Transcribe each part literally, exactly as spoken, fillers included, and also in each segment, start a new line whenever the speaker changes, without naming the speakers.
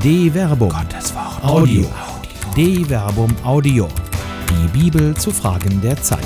De Verbum. Gottes Wort. Audio. De Verbum Audio. Die Bibel zu Fragen der Zeit.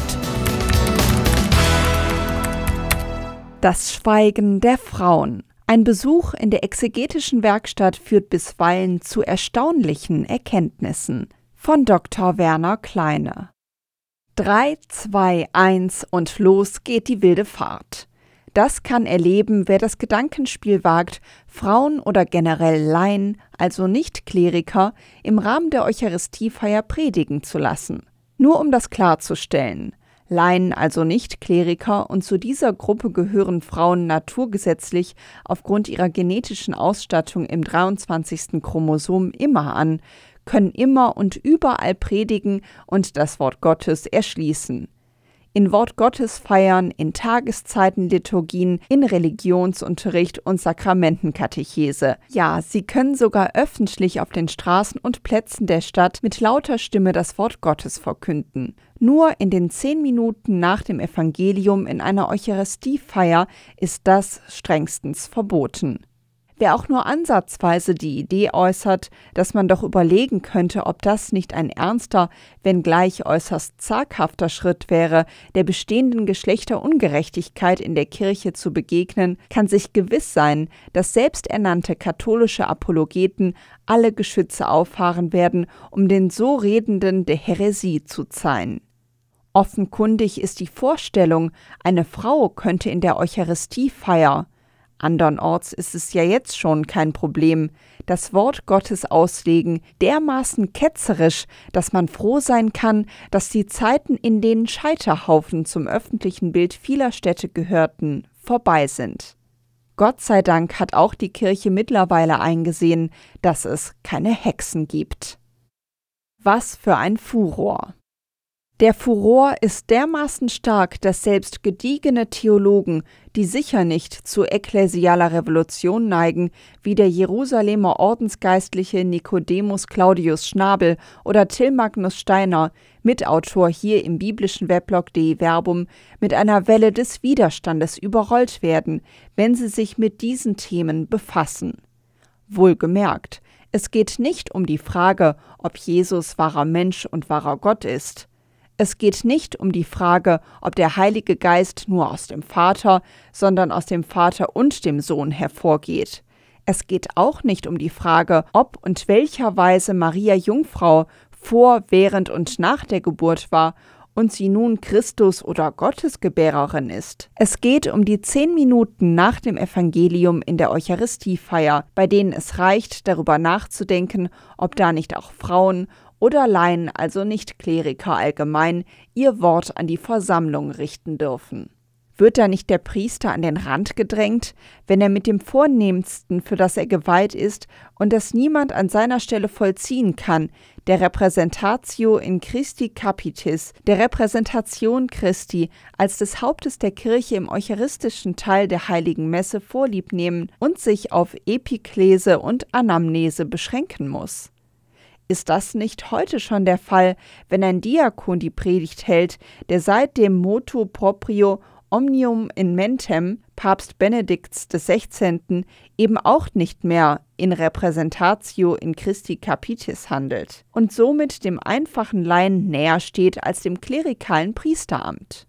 Das Schweigen der Frauen. Ein Besuch in der exegetischen Werkstatt führt bisweilen zu erstaunlichen Erkenntnissen. Von Doktor Werner Kleine. Drei, zwei, eins und los geht die wilde Fahrt. Das kann erleben, wer das Gedankenspiel wagt, Frauen oder generell Laien, also Nicht-Kleriker, im Rahmen der Eucharistiefeier predigen zu lassen. Nur um das klarzustellen: Laien, also Nicht-Kleriker, und zu dieser Gruppe gehören Frauen naturgesetzlich aufgrund ihrer genetischen Ausstattung im dreiundzwanzigsten Chromosom immer an, können immer und überall predigen und das Wort Gottes erschließen. In Wort-Gottes-Feiern, in Tageszeitenliturgien, in Religionsunterricht und Sakramentenkatechese. Ja, sie können sogar öffentlich auf den Straßen und Plätzen der Stadt mit lauter Stimme das Wort Gottes verkünden. Nur in den zehn Minuten nach dem Evangelium in einer Eucharistiefeier ist das strengstens verboten. Wer auch nur ansatzweise die Idee äußert, dass man doch überlegen könnte, ob das nicht ein ernster, wenngleich äußerst zaghafter Schritt wäre, der bestehenden Geschlechterungerechtigkeit in der Kirche zu begegnen, kann sich gewiss sein, dass selbsternannte katholische Apologeten alle Geschütze auffahren werden, um den so Redenden der Häresie zu zeihen. Offenkundig ist die Vorstellung, eine Frau könnte in der Eucharistiefeier, andernorts ist es ja jetzt schon kein Problem, das Wort Gottes auslegen, dermaßen ketzerisch, dass man froh sein kann, dass die Zeiten, in denen Scheiterhaufen zum öffentlichen Bild vieler Städte gehörten, vorbei sind. Gott sei Dank hat auch die Kirche mittlerweile eingesehen, dass es keine Hexen gibt. Was für ein Furor! Der Furor ist dermaßen stark, dass selbst gediegene Theologen, die sicher nicht zu ekklesialer Revolution neigen, wie der Jerusalemer Ordensgeistliche Nicodemus Claudius Schnabel oder Till Magnus Steiner, Mitautor hier im biblischen Weblog De Verbum, mit einer Welle des Widerstandes überrollt werden, wenn sie sich mit diesen Themen befassen. Wohlgemerkt, es geht nicht um die Frage, ob Jesus wahrer Mensch und wahrer Gott ist. Es geht nicht um die Frage, ob der Heilige Geist nur aus dem Vater, sondern aus dem Vater und dem Sohn hervorgeht. Es geht auch nicht um die Frage, ob und welcher Weise Maria Jungfrau vor, während und nach der Geburt war und sie nun Christus oder Gottesgebärerin ist. Es geht um die zehn Minuten nach dem Evangelium in der Eucharistiefeier, bei denen es reicht, darüber nachzudenken, ob da nicht auch Frauen oder Laien, also Nicht-Kleriker allgemein, ihr Wort an die Versammlung richten dürfen. Wird da nicht der Priester an den Rand gedrängt, wenn er mit dem Vornehmsten, für das er geweiht ist und das niemand an seiner Stelle vollziehen kann, der Repräsentatio in Christi Capitis, der Repräsentation Christi als des Hauptes der Kirche im eucharistischen Teil der Heiligen Messe Vorlieb nehmen und sich auf Epiklese und Anamnese beschränken muss? Ist das nicht heute schon der Fall, wenn ein Diakon die Predigt hält, der seit dem Motu proprio Omnium in Mentem Papst Benedikts des Sechzehnten eben auch nicht mehr in Repräsentatio in Christi Capitis handelt und somit dem einfachen Laien näher steht als dem klerikalen Priesteramt?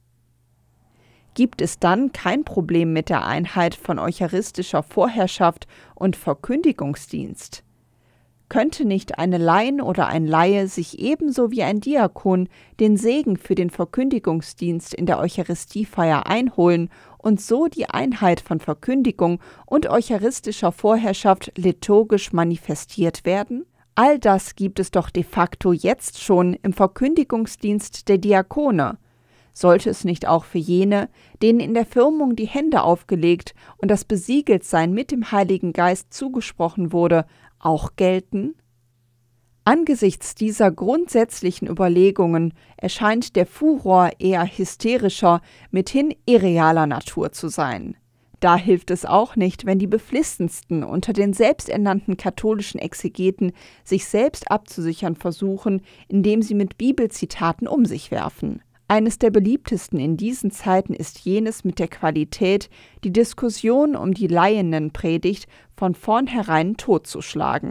Gibt es dann kein Problem mit der Einheit von eucharistischer Vorherrschaft und Verkündigungsdienst? Könnte nicht eine Laien oder ein Laie sich ebenso wie ein Diakon den Segen für den Verkündigungsdienst in der Eucharistiefeier einholen und so die Einheit von Verkündigung und eucharistischer Vorherrschaft liturgisch manifestiert werden? All das gibt es doch de facto jetzt schon im Verkündigungsdienst der Diakone. Sollte es nicht auch für jene, denen in der Firmung die Hände aufgelegt und das Besiegeltsein mit dem Heiligen Geist zugesprochen wurde, auch gelten? Angesichts dieser grundsätzlichen Überlegungen erscheint der Furor eher hysterischer, mithin irrealer Natur zu sein. Da hilft es auch nicht, wenn die beflissensten unter den selbsternannten katholischen Exegeten sich selbst abzusichern versuchen, indem sie mit Bibelzitaten um sich werfen. Eines der beliebtesten in diesen Zeiten ist jenes mit der Qualität, die Diskussion um die Laienpredigt von vornherein totzuschlagen.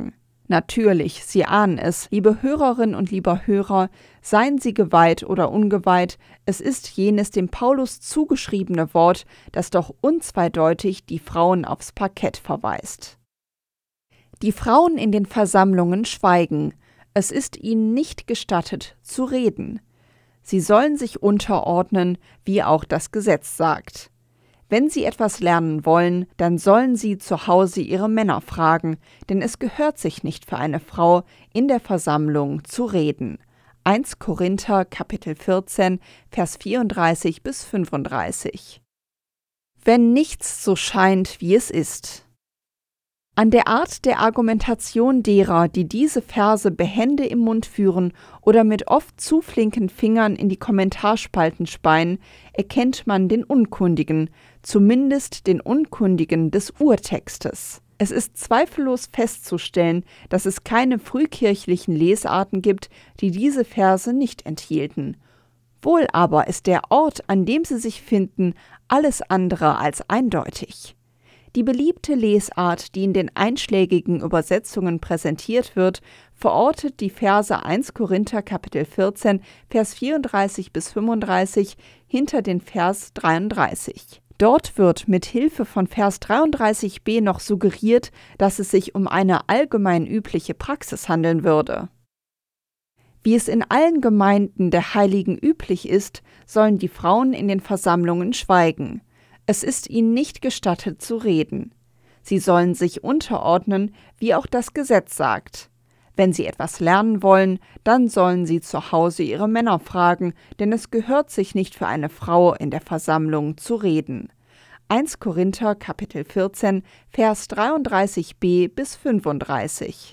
Natürlich, Sie ahnen es, liebe Hörerinnen und lieber Hörer, seien Sie geweiht oder ungeweiht, es ist jenes dem Paulus zugeschriebene Wort, das doch unzweideutig die Frauen aufs Parkett verweist. Die Frauen in den Versammlungen schweigen, es ist ihnen nicht gestattet zu reden. Sie sollen sich unterordnen, wie auch das Gesetz sagt. Wenn sie etwas lernen wollen, dann sollen sie zu Hause ihre Männer fragen, denn es gehört sich nicht für eine Frau, in der Versammlung zu reden. erster Korinther, Kapitel vierzehn, Vers vierunddreißig bis fünfunddreißig. Wenn nichts so scheint, wie es ist. An der Art der Argumentation derer, die diese Verse behende im Mund führen oder mit oft zu flinken Fingern in die Kommentarspalten speien, erkennt man den Unkundigen, zumindest den Unkundigen des Urtextes. Es ist zweifellos festzustellen, dass es keine frühkirchlichen Lesarten gibt, die diese Verse nicht enthielten. Wohl aber ist der Ort, an dem sie sich finden, alles andere als eindeutig. Die beliebte Lesart, die in den einschlägigen Übersetzungen präsentiert wird, verortet die Verse erster Korinther Kapitel vierzehn, Vers vierunddreißig bis fünfunddreißig hinter den Vers dreiunddreißig. Dort wird mit Hilfe von Vers dreiunddreißig b noch suggeriert, dass es sich um eine allgemein übliche Praxis handeln würde. Wie es in allen Gemeinden der Heiligen üblich ist, sollen die Frauen in den Versammlungen schweigen. Es ist ihnen nicht gestattet zu reden. Sie sollen sich unterordnen, wie auch das Gesetz sagt. Wenn sie etwas lernen wollen, dann sollen sie zu Hause ihre Männer fragen, denn es gehört sich nicht für eine Frau in der Versammlung zu reden. erster Korinther Kapitel vierzehn, Vers dreiunddreißig b bis fünfunddreißig.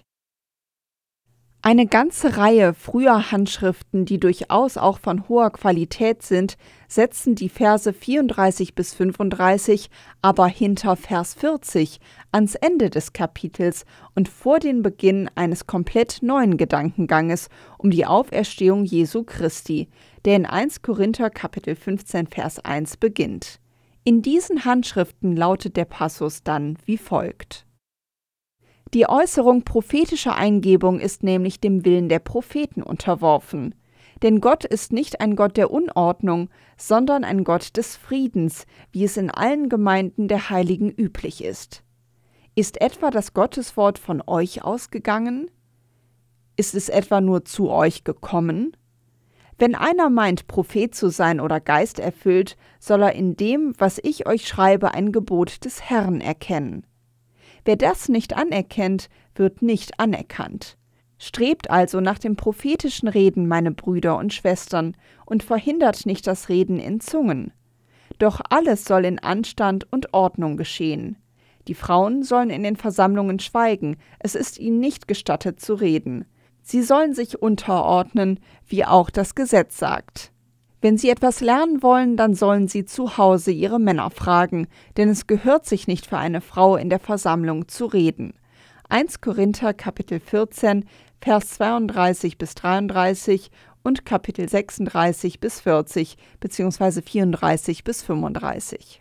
Eine ganze Reihe früher Handschriften, die durchaus auch von hoher Qualität sind, setzen die Verse vierunddreißig bis fünfunddreißig aber hinter Vers vierzig ans Ende des Kapitels und vor den Beginn eines komplett neuen Gedankenganges um die Auferstehung Jesu Christi, der in erster Korinther Kapitel fünfzehn Vers eins beginnt. In diesen Handschriften lautet der Passus dann wie folgt: Die Äußerung prophetischer Eingebung ist nämlich dem Willen der Propheten unterworfen. Denn Gott ist nicht ein Gott der Unordnung, sondern ein Gott des Friedens, wie es in allen Gemeinden der Heiligen üblich ist. Ist etwa das Gotteswort von euch ausgegangen? Ist es etwa nur zu euch gekommen? Wenn einer meint, Prophet zu sein oder geisterfüllt, soll er in dem, was ich euch schreibe, ein Gebot des Herrn erkennen. Wer das nicht anerkennt, wird nicht anerkannt. Strebt also nach dem prophetischen Reden, meine Brüder und Schwestern, und verhindert nicht das Reden in Zungen. Doch alles soll in Anstand und Ordnung geschehen. Die Frauen sollen in den Versammlungen schweigen, es ist ihnen nicht gestattet zu reden. Sie sollen sich unterordnen, wie auch das Gesetz sagt. Wenn sie etwas lernen wollen, dann sollen sie zu Hause ihre Männer fragen, denn es gehört sich nicht für eine Frau in der Versammlung zu reden. erster Korinther Kapitel vierzehn, Vers zweiunddreißig bis dreiunddreißig und Kapitel sechsunddreißig bis vierzig bzw. vierunddreißig bis fünfunddreißig.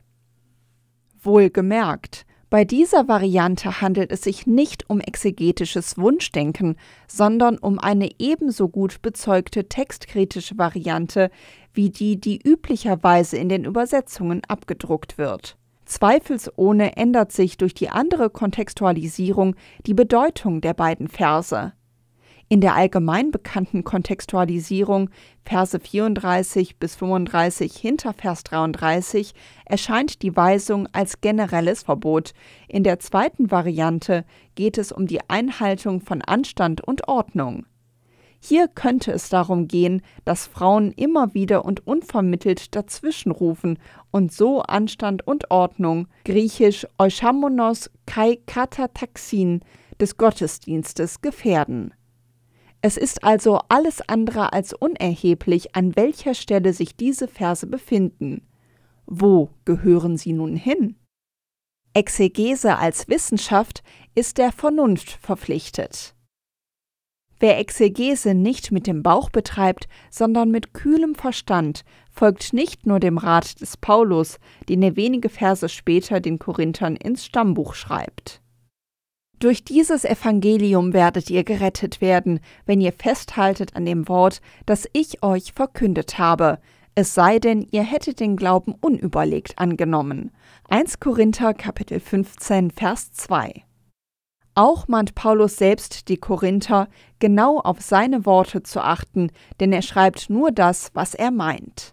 Wohlgemerkt, bei dieser Variante handelt es sich nicht um exegetisches Wunschdenken, sondern um eine ebenso gut bezeugte textkritische Variante wie die, die üblicherweise in den Übersetzungen abgedruckt wird. Zweifelsohne ändert sich durch die andere Kontextualisierung die Bedeutung der beiden Verse. In der allgemein bekannten Kontextualisierung Verse vierunddreißig bis fünfunddreißig hinter Vers dreiunddreißig erscheint die Weisung als generelles Verbot. In der zweiten Variante geht es um die Einhaltung von Anstand und Ordnung. Hier könnte es darum gehen, dass Frauen immer wieder und unvermittelt dazwischenrufen und so Anstand und Ordnung, griechisch Oischamonos kai katataxin, des Gottesdienstes gefährden. Es ist also alles andere als unerheblich, an welcher Stelle sich diese Verse befinden. Wo gehören sie nun hin? Exegese als Wissenschaft ist der Vernunft verpflichtet. Wer Exegese nicht mit dem Bauch betreibt, sondern mit kühlem Verstand, folgt nicht nur dem Rat des Paulus, den er wenige Verse später den Korinthern ins Stammbuch schreibt. Durch dieses Evangelium werdet ihr gerettet werden, wenn ihr festhaltet an dem Wort, das ich euch verkündet habe, es sei denn, ihr hättet den Glauben unüberlegt angenommen. erster Korinther Kapitel fünfzehn, Vers zwei. Auch mahnt Paulus selbst die Korinther, genau auf seine Worte zu achten, denn er schreibt nur das, was er meint.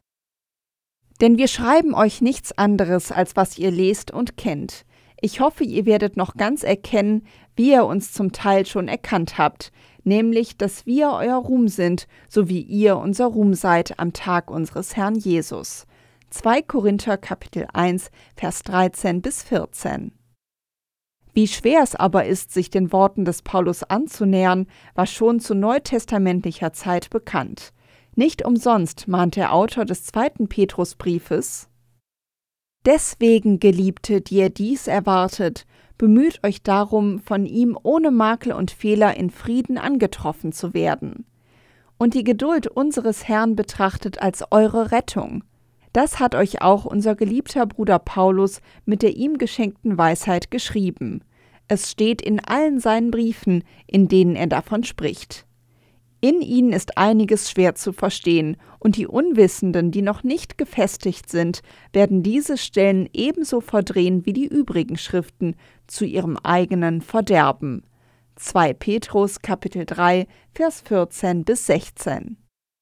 Denn wir schreiben euch nichts anderes, als was ihr lest und kennt. Ich hoffe, ihr werdet noch ganz erkennen, wie ihr uns zum Teil schon erkannt habt, nämlich, dass wir euer Ruhm sind, so wie ihr unser Ruhm seid am Tag unseres Herrn Jesus. zweiter Korinther Kapitel eins, Vers dreizehn bis vierzehn. Wie schwer es aber ist, sich den Worten des Paulus anzunähern, war schon zu neutestamentlicher Zeit bekannt. Nicht umsonst mahnt der Autor des zweiten Petrusbriefes: Deswegen, Geliebte, die ihr dies erwartet, bemüht euch darum, von ihm ohne Makel und Fehler in Frieden angetroffen zu werden. Und die Geduld unseres Herrn betrachtet als eure Rettung. Das hat euch auch unser geliebter Bruder Paulus mit der ihm geschenkten Weisheit geschrieben. Es steht in allen seinen Briefen, in denen er davon spricht. In ihnen ist einiges schwer zu verstehen, und die Unwissenden, die noch nicht gefestigt sind, werden diese Stellen ebenso verdrehen wie die übrigen Schriften zu ihrem eigenen Verderben. zweiter Petrus Kapitel drei, Vers vierzehn bis sechzehn.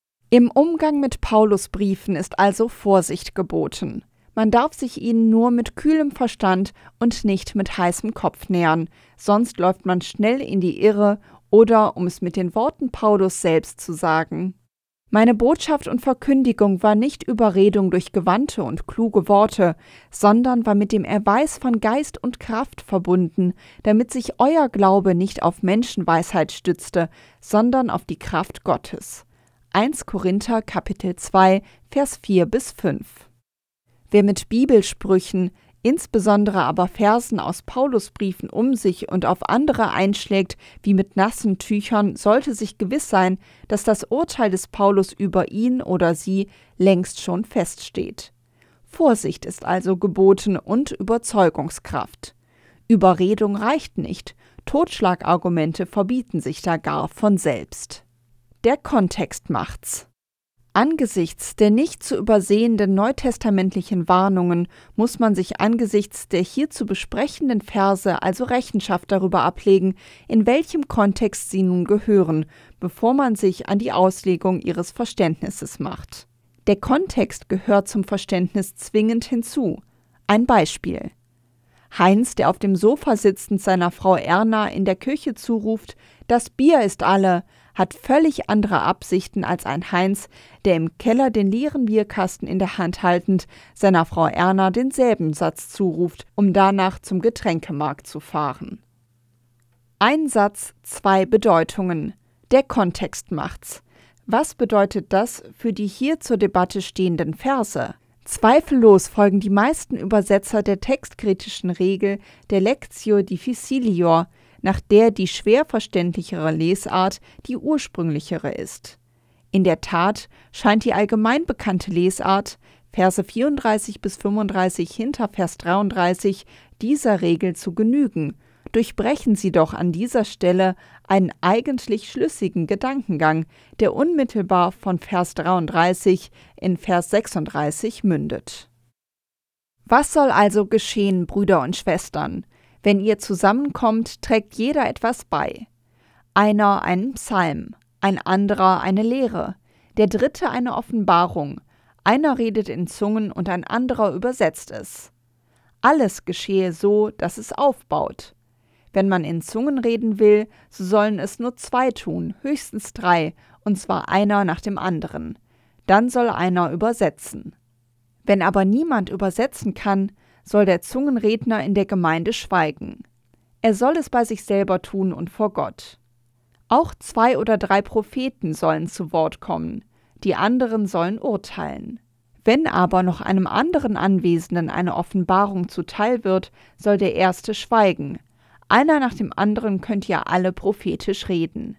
Im Umgang mit Paulus Briefen ist also Vorsicht geboten. Man darf sich ihnen nur mit kühlem Verstand und nicht mit heißem Kopf nähern, sonst läuft man schnell in die Irre oder, um es mit den Worten Paulus selbst zu sagen: Meine Botschaft und Verkündigung war nicht Überredung durch gewandte und kluge Worte, sondern war mit dem Erweis von Geist und Kraft verbunden, damit sich euer Glaube nicht auf Menschenweisheit stützte, sondern auf die Kraft Gottes. erster Korinther Kapitel zwei, Vers vier bis fünf. Wer mit Bibelsprüchen, insbesondere aber Versen aus Paulusbriefen um sich und auf andere einschlägt wie mit nassen Tüchern, sollte sich gewiss sein, dass das Urteil des Paulus über ihn oder sie längst schon feststeht. Vorsicht ist also geboten und Überzeugungskraft. Überredung reicht nicht, Totschlagargumente verbieten sich da gar von selbst. Der Kontext macht's. Angesichts der nicht zu übersehenden neutestamentlichen Warnungen muss man sich angesichts der hier zu besprechenden Verse also Rechenschaft darüber ablegen, in welchem Kontext sie nun gehören, bevor man sich an die Auslegung ihres Verständnisses macht. Der Kontext gehört zum Verständnis zwingend hinzu. Ein Beispiel: Heinz, der auf dem Sofa sitzend seiner Frau Erna in der Küche zuruft: Das Bier ist alle, hat völlig andere Absichten als ein Heinz, der im Keller den leeren Bierkasten in der Hand haltend seiner Frau Erna denselben Satz zuruft, um danach zum Getränkemarkt zu fahren. Ein Satz, zwei Bedeutungen. Der Kontext macht's. Was bedeutet das für die hier zur Debatte stehenden Verse? Zweifellos folgen die meisten Übersetzer der textkritischen Regel der Lectio Difficilior, nach der die schwer verständlichere Lesart die ursprünglichere ist. In der Tat scheint die allgemein bekannte Lesart, Verse vierunddreißig bis fünfunddreißig hinter Vers dreiunddreißig, dieser Regel zu genügen. Durchbrechen Sie doch an dieser Stelle einen eigentlich schlüssigen Gedankengang, der unmittelbar von Vers dreiunddreißig in Vers sechsunddreißig mündet. Was soll also geschehen, Brüder und Schwestern? Wenn ihr zusammenkommt, trägt jeder etwas bei. Einer einen Psalm, ein anderer eine Lehre, der dritte eine Offenbarung, einer redet in Zungen und ein anderer übersetzt es. Alles geschehe so, dass es aufbaut. Wenn man in Zungen reden will, so sollen es nur zwei tun, höchstens drei, und zwar einer nach dem anderen. Dann soll einer übersetzen. Wenn aber niemand übersetzen kann, soll der Zungenredner in der Gemeinde schweigen. Er soll es bei sich selber tun und vor Gott. Auch zwei oder drei Propheten sollen zu Wort kommen, die anderen sollen urteilen. Wenn aber noch einem anderen Anwesenden eine Offenbarung zuteil wird, soll der Erste schweigen. Einer nach dem anderen könnt ihr alle prophetisch reden.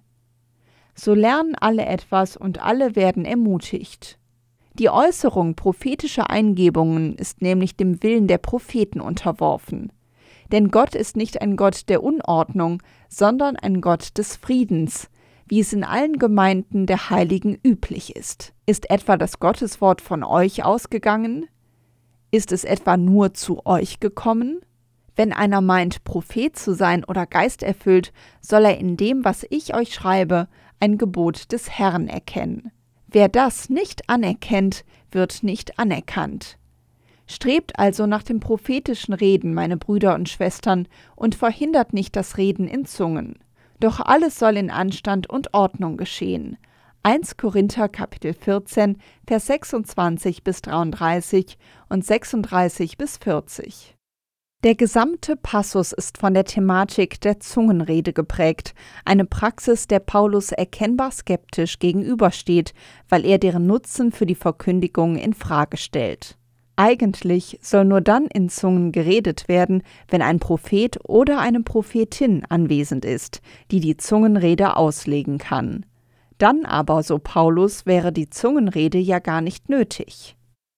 So lernen alle etwas und alle werden ermutigt. Die Äußerung prophetischer Eingebungen ist nämlich dem Willen der Propheten unterworfen. Denn Gott ist nicht ein Gott der Unordnung, sondern ein Gott des Friedens, wie es in allen Gemeinden der Heiligen üblich ist. Ist etwa das Gotteswort von euch ausgegangen? Ist es etwa nur zu euch gekommen? Wenn einer meint, Prophet zu sein oder geisterfüllt, soll er in dem, was ich euch schreibe, ein Gebot des Herrn erkennen. Wer das nicht anerkennt, wird nicht anerkannt. Strebt also nach dem prophetischen Reden, meine Brüder und Schwestern, und verhindert nicht das Reden in Zungen. Doch alles soll in Anstand und Ordnung geschehen. erster Korinther Kapitel vierzehn, Vers sechsundzwanzig bis dreiunddreißig und sechsunddreißig bis vierzig. Der gesamte Passus ist von der Thematik der Zungenrede geprägt, eine Praxis, der Paulus erkennbar skeptisch gegenübersteht, weil er deren Nutzen für die Verkündigung in Frage stellt. Eigentlich soll nur dann in Zungen geredet werden, wenn ein Prophet oder eine Prophetin anwesend ist, die die Zungenrede auslegen kann. Dann aber, so Paulus, wäre die Zungenrede ja gar nicht nötig.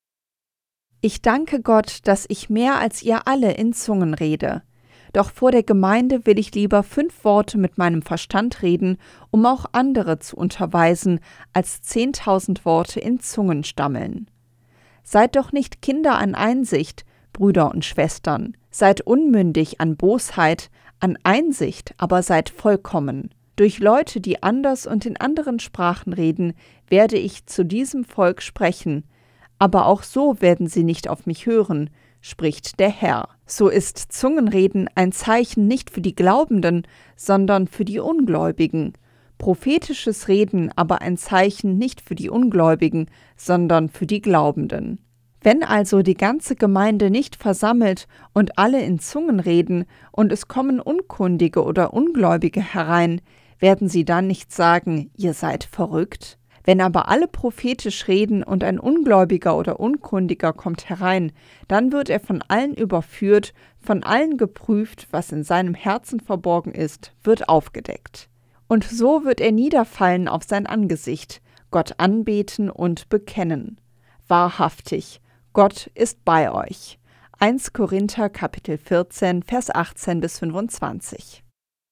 Ich danke Gott, dass ich mehr als ihr alle in Zungen rede. Doch vor der Gemeinde will ich lieber fünf Worte mit meinem Verstand reden, um auch andere zu unterweisen, als zehntausend Worte in Zungen stammeln. Seid doch nicht Kinder an Einsicht, Brüder und Schwestern. Seid unmündig an Bosheit, an Einsicht, aber seid vollkommen. Durch Leute, die anders und in anderen Sprachen reden, werde ich zu diesem Volk sprechen, aber auch so werden sie nicht auf mich hören, spricht der Herr. So ist Zungenreden ein Zeichen nicht für die Glaubenden, sondern für die Ungläubigen. Prophetisches Reden aber ein Zeichen nicht für die Ungläubigen, sondern für die Glaubenden. Wenn also die ganze Gemeinde nicht versammelt und alle in Zungen reden und es kommen Unkundige oder Ungläubige herein, werden sie dann nicht sagen, ihr seid verrückt? Wenn aber alle prophetisch reden und ein Ungläubiger oder Unkundiger kommt herein, dann wird er von allen überführt, von allen geprüft, was in seinem Herzen verborgen ist, wird aufgedeckt. Und so wird er niederfallen auf sein Angesicht, Gott anbeten und bekennen. Wahrhaftig, Gott ist bei euch. erster Korinther Kapitel vierzehn, Vers achtzehn bis fünfundzwanzig.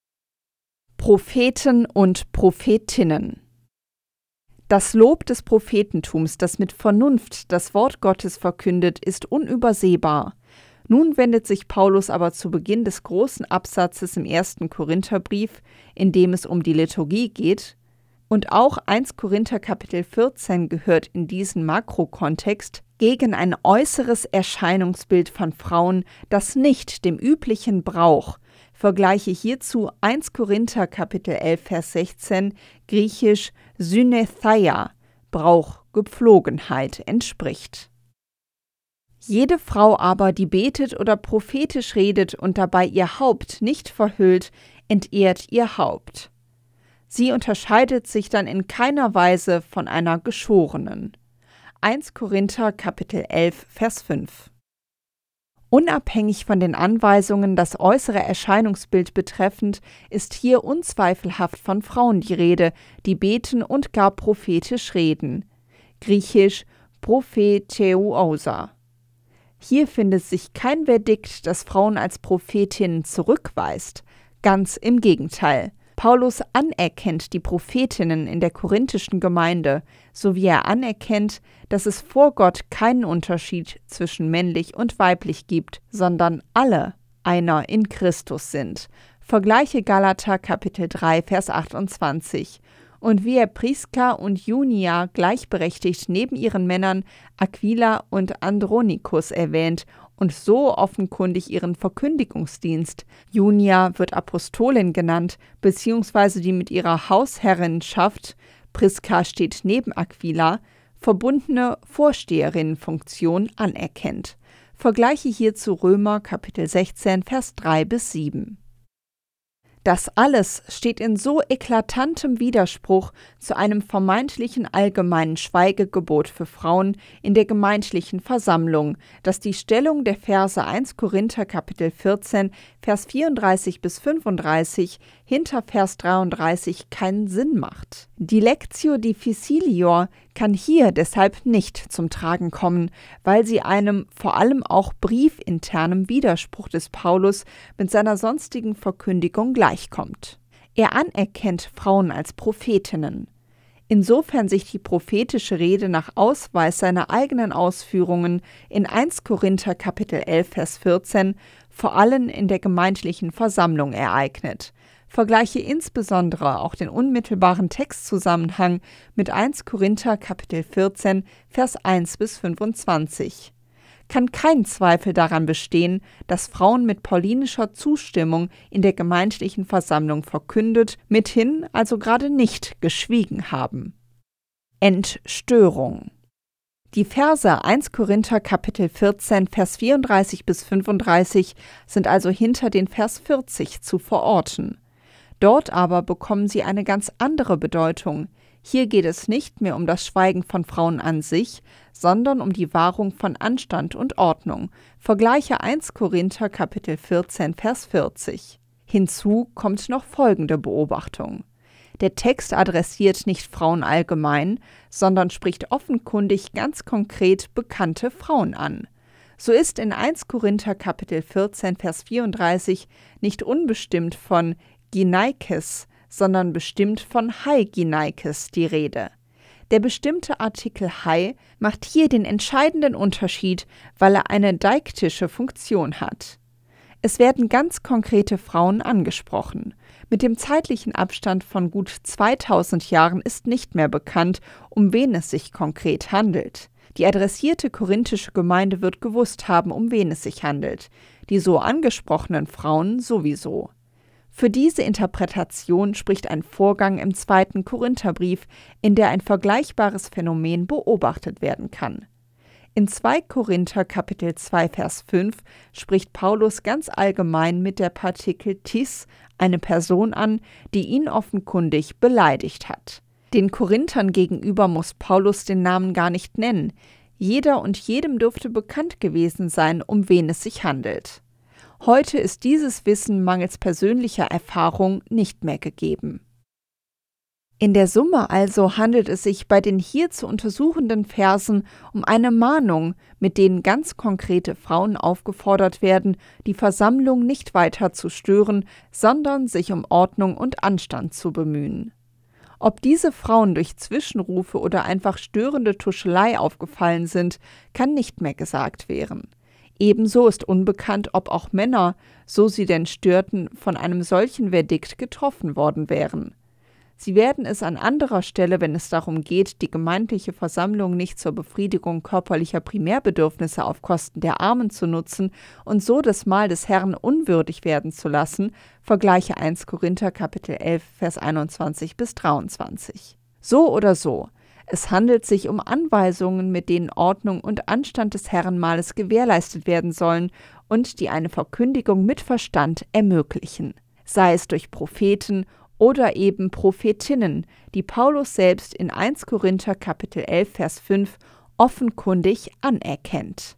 Propheten und Prophetinnen. Das Lob des Prophetentums, das mit Vernunft das Wort Gottes verkündet, ist unübersehbar. Nun wendet sich Paulus aber zu Beginn des großen Absatzes im ersten Korintherbrief, in dem es um die Liturgie geht, und auch erster Korinther Kapitel vierzehn gehört in diesen Makrokontext, gegen ein äußeres Erscheinungsbild von Frauen, das nicht dem üblichen Brauch, vergleiche hierzu erster Korinther Kapitel elf, Vers sechzehn, griechisch Synetheia, Brauch, Gepflogenheit, entspricht. Jede Frau aber, die betet oder prophetisch redet und dabei ihr Haupt nicht verhüllt, entehrt ihr Haupt. Sie unterscheidet sich dann in keiner Weise von einer Geschorenen. erster Korinther Kapitel elf, Vers fünf. Unabhängig von den Anweisungen, das äußere Erscheinungsbild betreffend, ist hier unzweifelhaft von Frauen die Rede, die beten und gar prophetisch reden. Griechisch propheteuosa. Hier findet sich kein Verdikt, das Frauen als Prophetinnen zurückweist. Ganz im Gegenteil. Paulus anerkennt die Prophetinnen in der korinthischen Gemeinde, so wie er anerkennt, dass es vor Gott keinen Unterschied zwischen männlich und weiblich gibt, sondern alle einer in Christus sind. Vergleiche Galater Kapitel drei, Vers achtundzwanzig. Und wie er Priska und Junia gleichberechtigt neben ihren Männern Aquila und Andronikus erwähnt und so offenkundig ihren Verkündigungsdienst. Junia wird Apostolin genannt, beziehungsweise die mit ihrer Hausherrinschaft, Priska steht neben Aquila, verbundene Vorsteherinnenfunktion anerkennt. Vergleiche hierzu Römer Kapitel sechzehn, Vers drei bis sieben. Das alles steht in so eklatantem Widerspruch zu einem vermeintlichen allgemeinen Schweigegebot für Frauen in der gemeindlichen Versammlung, dass die Stellung der Verse erster Korinther Kapitel vierzehn, Vers vierunddreißig bis fünfunddreißig hinter Vers dreiunddreißig keinen Sinn macht. Die Lectio difficilior kann hier deshalb nicht zum Tragen kommen, weil sie einem vor allem auch briefinternen Widerspruch des Paulus mit seiner sonstigen Verkündigung gleichkommt. Er anerkennt Frauen als Prophetinnen. Insofern sich die prophetische Rede nach Ausweis seiner eigenen Ausführungen in erster Korinther Kapitel elf, Vers vierzehn vor allem in der gemeindlichen Versammlung ereignet. Vergleiche insbesondere auch den unmittelbaren Textzusammenhang mit erster Korinther Kapitel vierzehn, Vers eins bis fünfundzwanzig. Kann kein Zweifel daran bestehen, dass Frauen mit paulinischer Zustimmung in der gemeindlichen Versammlung verkündet, mithin also gerade nicht geschwiegen haben. Entstörung. Die Verse erster Korinther Kapitel vierzehn, Vers vierunddreißig bis fünfunddreißig sind also hinter den Vers vierzig zu verorten. Dort aber bekommen sie eine ganz andere Bedeutung. Hier geht es nicht mehr um das Schweigen von Frauen an sich, sondern um die Wahrung von Anstand und Ordnung. Vergleiche erster Korinther Kapitel vierzehn, Vers vierzig. Hinzu kommt noch folgende Beobachtung. Der Text adressiert nicht Frauen allgemein, sondern spricht offenkundig ganz konkret bekannte Frauen an. So ist in erster Korinther Kapitel vierzehn, Vers vierunddreißig nicht unbestimmt von Gineikes, sondern bestimmt von Hai Gineikes die Rede. Der bestimmte Artikel Hai macht hier den entscheidenden Unterschied, weil er eine deiktische Funktion hat. Es werden ganz konkrete Frauen angesprochen. Mit dem zeitlichen Abstand von gut zweitausend Jahren ist nicht mehr bekannt, um wen es sich konkret handelt. Die adressierte korinthische Gemeinde wird gewusst haben, um wen es sich handelt. Die so angesprochenen Frauen sowieso. Für diese Interpretation spricht ein Vorgang im zweiten Korintherbrief, in der ein vergleichbares Phänomen beobachtet werden kann. In zweiter Korinther Kapitel zwei, Vers fünf spricht Paulus ganz allgemein mit der Partikel tis eine Person an, die ihn offenkundig beleidigt hat. Den Korinthern gegenüber muss Paulus den Namen gar nicht nennen. Jeder und jedem dürfte bekannt gewesen sein, um wen es sich handelt. Heute ist dieses Wissen mangels persönlicher Erfahrung nicht mehr gegeben. In der Summe also handelt es sich bei den hier zu untersuchenden Versen um eine Mahnung, mit denen ganz konkrete Frauen aufgefordert werden, die Versammlung nicht weiter zu stören, sondern sich um Ordnung und Anstand zu bemühen. Ob diese Frauen durch Zwischenrufe oder einfach störende Tuschelei aufgefallen sind, kann nicht mehr gesagt werden. Ebenso ist unbekannt, ob auch Männer, so sie denn störten, von einem solchen Verdikt getroffen worden wären. Sie werden es an anderer Stelle, wenn es darum geht, die gemeindliche Versammlung nicht zur Befriedigung körperlicher Primärbedürfnisse auf Kosten der Armen zu nutzen und so das Mahl des Herrn unwürdig werden zu lassen, vergleiche erster Korinther Kapitel elf, Vers einundzwanzig bis dreiundzwanzig. So oder so, es handelt sich um Anweisungen, mit denen Ordnung und Anstand des Herrenmahles gewährleistet werden sollen und die eine Verkündigung mit Verstand ermöglichen, sei es durch Propheten oder eben Prophetinnen, die Paulus selbst in erster Korinther Kapitel elf, Vers fünf offenkundig anerkennt.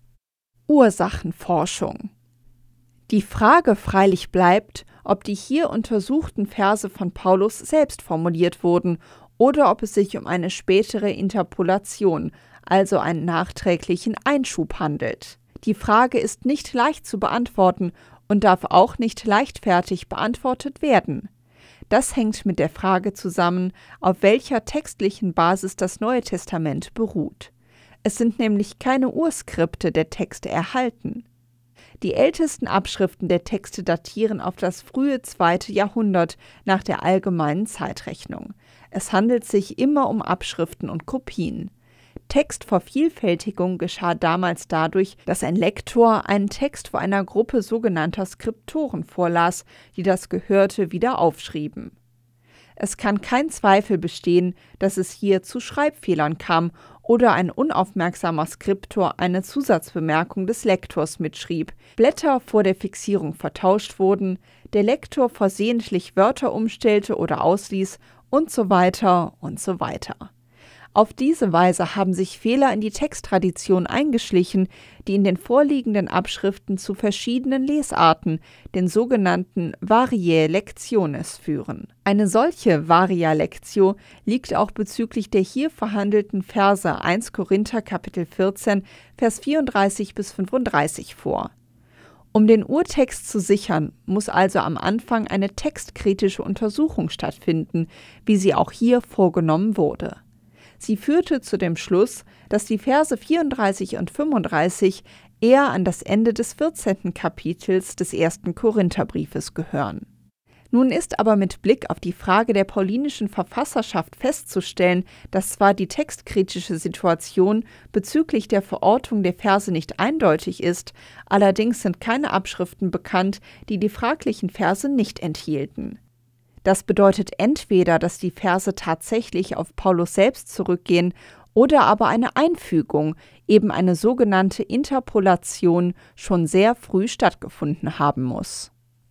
Ursachenforschung. Die Frage freilich bleibt, ob die hier untersuchten Verse von Paulus selbst formuliert wurden oder ob es sich um eine spätere Interpolation, also einen nachträglichen Einschub handelt. Die Frage ist nicht leicht zu beantworten und darf auch nicht leichtfertig beantwortet werden. Das hängt mit der Frage zusammen, auf welcher textlichen Basis das Neue Testament beruht. Es sind nämlich keine Urskripte der Texte erhalten. Die ältesten Abschriften der Texte datieren auf das frühe zweite Jahrhundert nach der allgemeinen Zeitrechnung. Es handelt sich immer um Abschriften und Kopien. Textvervielfältigung geschah damals dadurch, dass ein Lektor einen Text vor einer Gruppe sogenannter Skriptoren vorlas, die das Gehörte wieder aufschrieben. Es kann kein Zweifel bestehen, dass es hier zu Schreibfehlern kam oder ein unaufmerksamer Skriptor eine Zusatzbemerkung des Lektors mitschrieb, Blätter vor der Fixierung vertauscht wurden, der Lektor versehentlich Wörter umstellte oder ausließ und so weiter und so weiter. Auf diese Weise haben sich Fehler in die Texttradition eingeschlichen, die in den vorliegenden Abschriften zu verschiedenen Lesarten, den sogenannten Variae lectiones, führen. Eine solche Varia lectio liegt auch bezüglich der hier verhandelten Verse erster Korinther Kapitel vierzehn, Vers vierunddreißig bis fünfunddreißig vor. Um den Urtext zu sichern, muss also am Anfang eine textkritische Untersuchung stattfinden, wie sie auch hier vorgenommen wurde. Sie führte zu dem Schluss, dass die Verse vierunddreißig und fünfunddreißig eher an das Ende des vierzehnten Kapitels des ersten Korintherbriefes gehören. Nun ist aber mit Blick auf die Frage der paulinischen Verfasserschaft festzustellen, dass zwar die textkritische Situation bezüglich der Verortung der Verse nicht eindeutig ist, allerdings sind keine Abschriften bekannt, die die fraglichen Verse nicht enthielten. Das bedeutet entweder, dass die Verse tatsächlich auf Paulus selbst zurückgehen oder aber eine Einfügung, eben eine sogenannte Interpolation, schon sehr früh stattgefunden haben muss.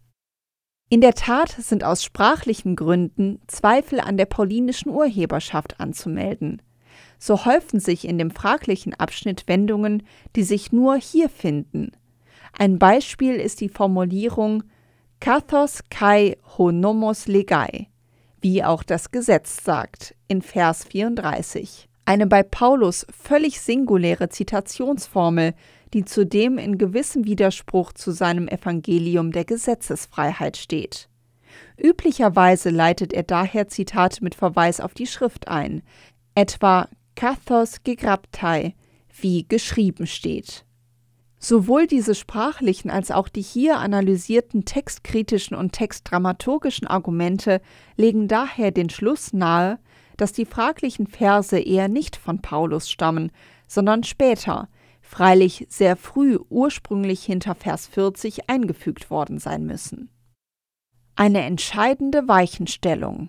In der Tat sind aus sprachlichen Gründen Zweifel an der paulinischen Urheberschaft anzumelden. So häufen sich in dem fraglichen Abschnitt Wendungen, die sich nur hier finden. Ein Beispiel ist die Formulierung Kathos kai ho nomos legai, wie auch das Gesetz sagt, in Vers vierunddreißig. Eine bei Paulus völlig singuläre Zitationsformel, die zudem in gewissem Widerspruch zu seinem Evangelium der Gesetzesfreiheit steht. Üblicherweise leitet er daher Zitate mit Verweis auf die Schrift ein, etwa kathos gegraptai, wie geschrieben steht. Sowohl diese sprachlichen als auch die hier analysierten textkritischen und textdramaturgischen Argumente legen daher den Schluss nahe, dass die fraglichen Verse eher nicht von Paulus stammen, sondern später, freilich sehr früh ursprünglich hinter Vers vierzig eingefügt worden sein müssen. Eine entscheidende Weichenstellung.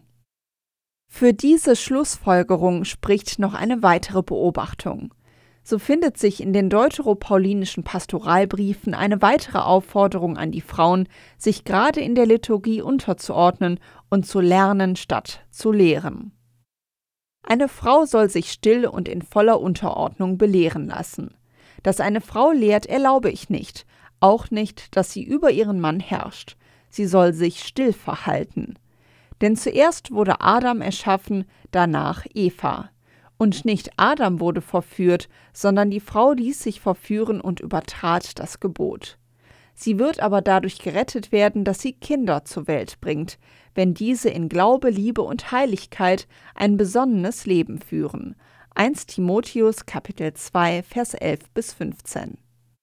Für diese Schlussfolgerung spricht noch eine weitere Beobachtung. So findet sich in den deuteropaulinischen Pastoralbriefen eine weitere Aufforderung an die Frauen, sich gerade in der Liturgie unterzuordnen und zu lernen statt zu lehren. Eine Frau soll sich still und in voller Unterordnung belehren lassen. Dass eine Frau lehrt, erlaube ich nicht, auch nicht, dass sie über ihren Mann herrscht. Sie soll sich still verhalten. Denn zuerst wurde Adam erschaffen, danach Eva. Und nicht Adam wurde verführt, sondern die Frau ließ sich verführen und übertrat das Gebot. Sie wird aber dadurch gerettet werden, dass sie Kinder zur Welt bringt, wenn diese in Glaube, Liebe und Heiligkeit ein besonnenes Leben führen. erster Timotheus Kapitel zwei, Vers elf bis fünfzehn.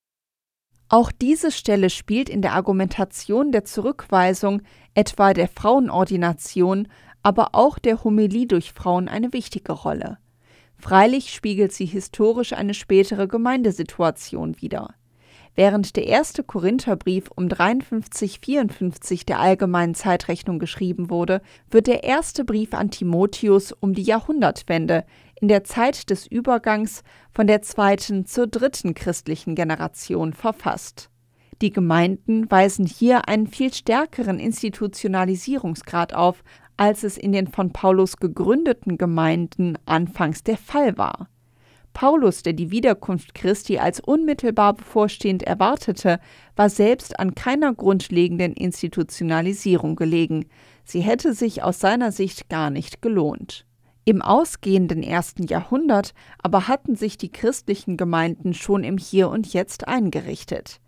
Auch diese Stelle spielt in der Argumentation der Zurückweisung, etwa der Frauenordination, aber auch der Homilie durch Frauen eine wichtige Rolle. Freilich spiegelt sie historisch eine spätere Gemeindesituation wider. Während der erste Korintherbrief um dreiundfünfzig vierundfünfzig der allgemeinen Zeitrechnung geschrieben wurde, wird der erste Brief an Timotheus um die Jahrhundertwende, in der Zeit des Übergangs von der zweiten zur dritten christlichen Generation verfasst. Die Gemeinden weisen hier einen viel stärkeren Institutionalisierungsgrad auf, als es in den von Paulus gegründeten Gemeinden anfangs der Fall war. Paulus, der die Wiederkunft Christi als unmittelbar bevorstehend erwartete, war selbst an keiner grundlegenden Institutionalisierung gelegen. Sie hätte sich aus seiner Sicht gar nicht gelohnt. Im ausgehenden ersten Jahrhundert aber hatten sich die christlichen Gemeinden schon im Hier und Jetzt eingerichtet.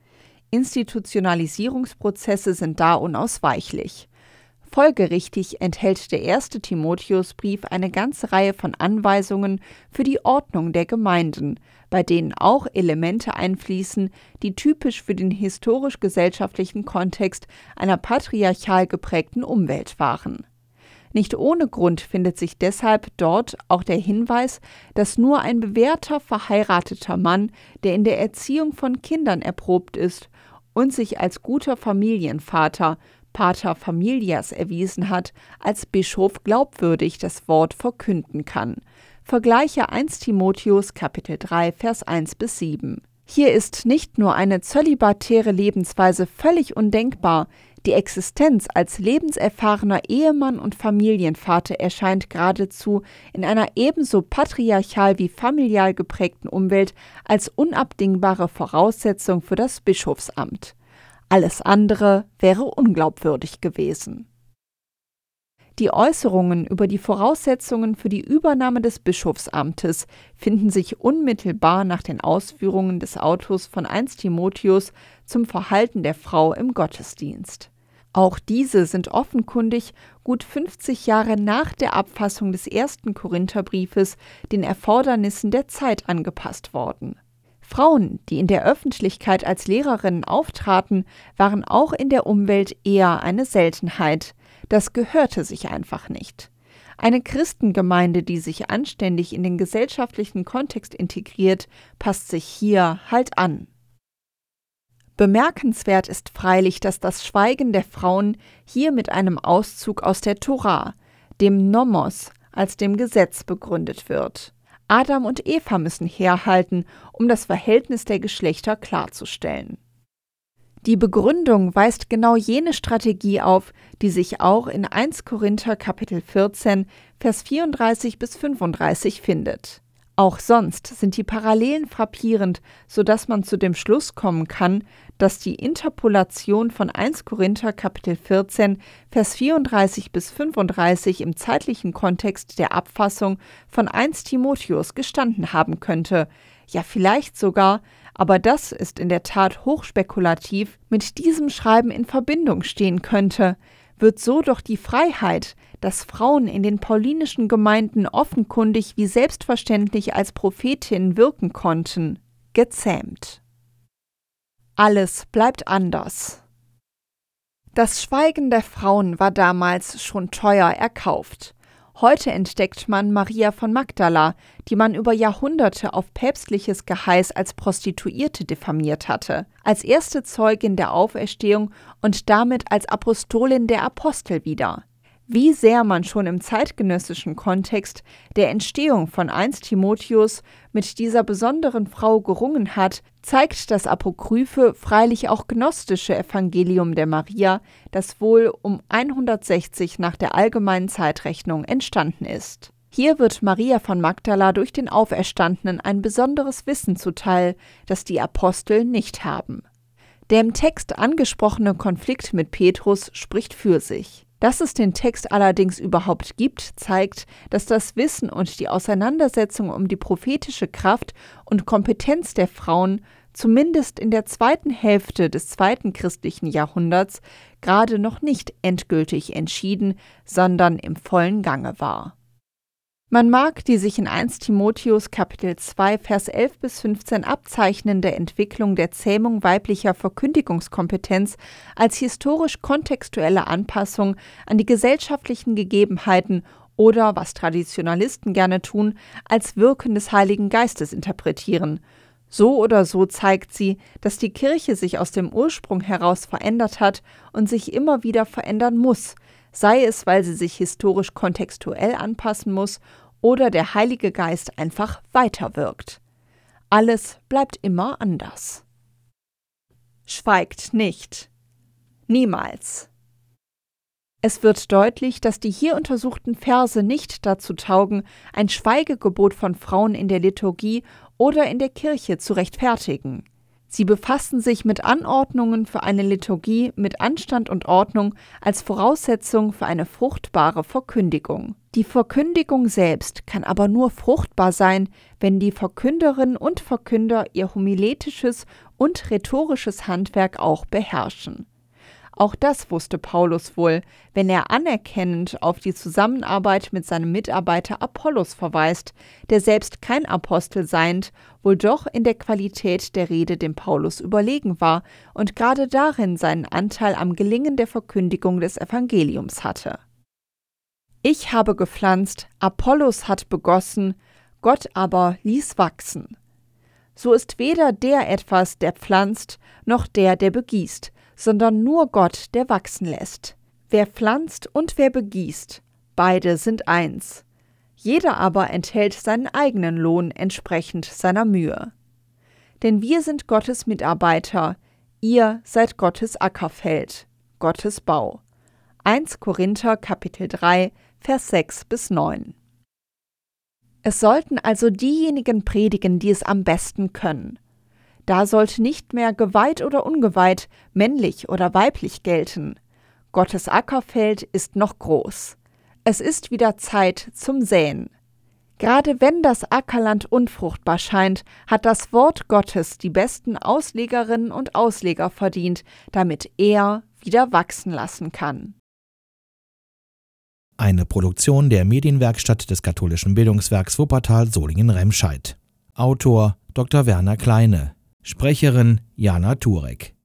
Institutionalisierungsprozesse sind da unausweichlich. Folgerichtig enthält der erste Timotheusbrief eine ganze Reihe von Anweisungen für die Ordnung der Gemeinden, bei denen auch Elemente einfließen, die typisch für den historisch-gesellschaftlichen Kontext einer patriarchal geprägten Umwelt waren. Nicht ohne Grund findet sich deshalb dort auch der Hinweis, dass nur ein bewährter, verheirateter Mann, der in der Erziehung von Kindern erprobt ist und sich als guter Familienvater, Pater familias erwiesen hat, als Bischof glaubwürdig das Wort verkünden kann. Vergleiche erster Timotheus Kapitel drei, Vers eins bis sieben. Hier ist nicht nur eine zölibatäre Lebensweise völlig undenkbar, Die Existenz als lebenserfahrener Ehemann und Familienvater erscheint geradezu in einer ebenso patriarchal wie familial geprägten Umwelt als unabdingbare Voraussetzung für das Bischofsamt. Alles andere wäre unglaubwürdig gewesen. Die Äußerungen über die Voraussetzungen für die Übernahme des Bischofsamtes finden sich unmittelbar nach den Ausführungen des Autors von erster Timotheus zum Verhalten der Frau im Gottesdienst. Auch diese sind offenkundig gut fünfzig Jahre nach der Abfassung des ersten Korintherbriefes den Erfordernissen der Zeit angepasst worden. Frauen, die in der Öffentlichkeit als Lehrerinnen auftraten, waren auch in der Umwelt eher eine Seltenheit. Das gehörte sich einfach nicht. Eine Christengemeinde, die sich anständig in den gesellschaftlichen Kontext integriert, passt sich hier halt an. Bemerkenswert ist freilich, dass das Schweigen der Frauen hier mit einem Auszug aus der Tora, dem Nomos, als dem Gesetz begründet wird. Adam und Eva müssen herhalten, um das Verhältnis der Geschlechter klarzustellen. Die Begründung weist genau jene Strategie auf, die sich auch in erster Korinther Kapitel vierzehn, Vers vierunddreißig bis fünfunddreißig findet. Auch sonst sind die Parallelen frappierend, sodass man zu dem Schluss kommen kann, dass die Interpolation von erster Korinther Kapitel vierzehn, Vers vierunddreißig bis fünfunddreißig im zeitlichen Kontext der Abfassung von erster Timotheus gestanden haben könnte, ja vielleicht sogar, aber das ist in der Tat hochspekulativ, mit diesem Schreiben in Verbindung stehen könnte, wird so doch die Freiheit, dass Frauen in den paulinischen Gemeinden offenkundig wie selbstverständlich als Prophetinnen wirken konnten, gezähmt. Alles bleibt anders. Das Schweigen der Frauen war damals schon teuer erkauft. Heute entdeckt man Maria von Magdala, die man über Jahrhunderte auf päpstliches Geheiß als Prostituierte diffamiert hatte, als erste Zeugin der Auferstehung und damit als Apostolin der Apostel wieder. Wie sehr man schon im zeitgenössischen Kontext der Entstehung von erster Timotheus mit dieser besonderen Frau gerungen hat, zeigt das apokryphe, freilich auch gnostische Evangelium der Maria, das wohl um hundertsechzig nach der allgemeinen Zeitrechnung entstanden ist. Hier wird Maria von Magdala durch den Auferstandenen ein besonderes Wissen zuteil, das die Apostel nicht haben. Der im Text angesprochene Konflikt mit Petrus spricht für sich. Dass es den Text allerdings überhaupt gibt, zeigt, dass das Wissen und die Auseinandersetzung um die prophetische Kraft und Kompetenz der Frauen zumindest in der zweiten Hälfte des zweiten christlichen Jahrhunderts gerade noch nicht endgültig entschieden, sondern im vollen Gange war. Man mag die sich in erster Timotheus Kapitel zwei, Vers elf bis fünfzehn abzeichnende Entwicklung der Zähmung weiblicher Verkündigungskompetenz als historisch-kontextuelle Anpassung an die gesellschaftlichen Gegebenheiten oder, was Traditionalisten gerne tun, als Wirken des Heiligen Geistes interpretieren. So oder so zeigt sie, dass die Kirche sich aus dem Ursprung heraus verändert hat und sich immer wieder verändern muss, sei es, weil sie sich historisch kontextuell anpassen muss oder der Heilige Geist einfach weiterwirkt. Alles bleibt immer anders. Schweigt nicht. Niemals. Es wird deutlich, dass die hier untersuchten Verse nicht dazu taugen, ein Schweigegebot von Frauen in der Liturgie oder in der Kirche zu rechtfertigen. Sie befassen sich mit Anordnungen für eine Liturgie mit Anstand und Ordnung als Voraussetzung für eine fruchtbare Verkündigung. Die Verkündigung selbst kann aber nur fruchtbar sein, wenn die Verkünderinnen und Verkünder ihr homiletisches und rhetorisches Handwerk auch beherrschen. Auch das wusste Paulus wohl, wenn er anerkennend auf die Zusammenarbeit mit seinem Mitarbeiter Apollos verweist, der selbst kein Apostel seiend, wohl doch in der Qualität der Rede dem Paulus überlegen war und gerade darin seinen Anteil am Gelingen der Verkündigung des Evangeliums hatte. Ich habe gepflanzt, Apollos hat begossen, Gott aber ließ wachsen. So ist weder der etwas, der pflanzt, noch der, der begießt, sondern nur Gott, der wachsen lässt. Wer pflanzt und wer begießt, beide sind eins. Jeder aber enthält seinen eigenen Lohn entsprechend seiner Mühe. Denn wir sind Gottes Mitarbeiter, ihr seid Gottes Ackerfeld. Gottes Bau. erster Korinther Kapitel drei, Vers sechs bis neun. Es sollten also diejenigen predigen, die es am besten können. Da sollte nicht mehr geweiht oder ungeweiht, männlich oder weiblich gelten. Gottes Ackerfeld ist noch groß. Es ist wieder Zeit zum Säen. Gerade wenn das Ackerland unfruchtbar scheint, hat das Wort Gottes die besten Auslegerinnen und Ausleger verdient, damit er wieder wachsen lassen kann.
Eine Produktion der Medienwerkstatt des katholischen Bildungswerks Wuppertal Solingen-Remscheid. Autor Doktor Werner Kleine. Sprecherin Jana Turek.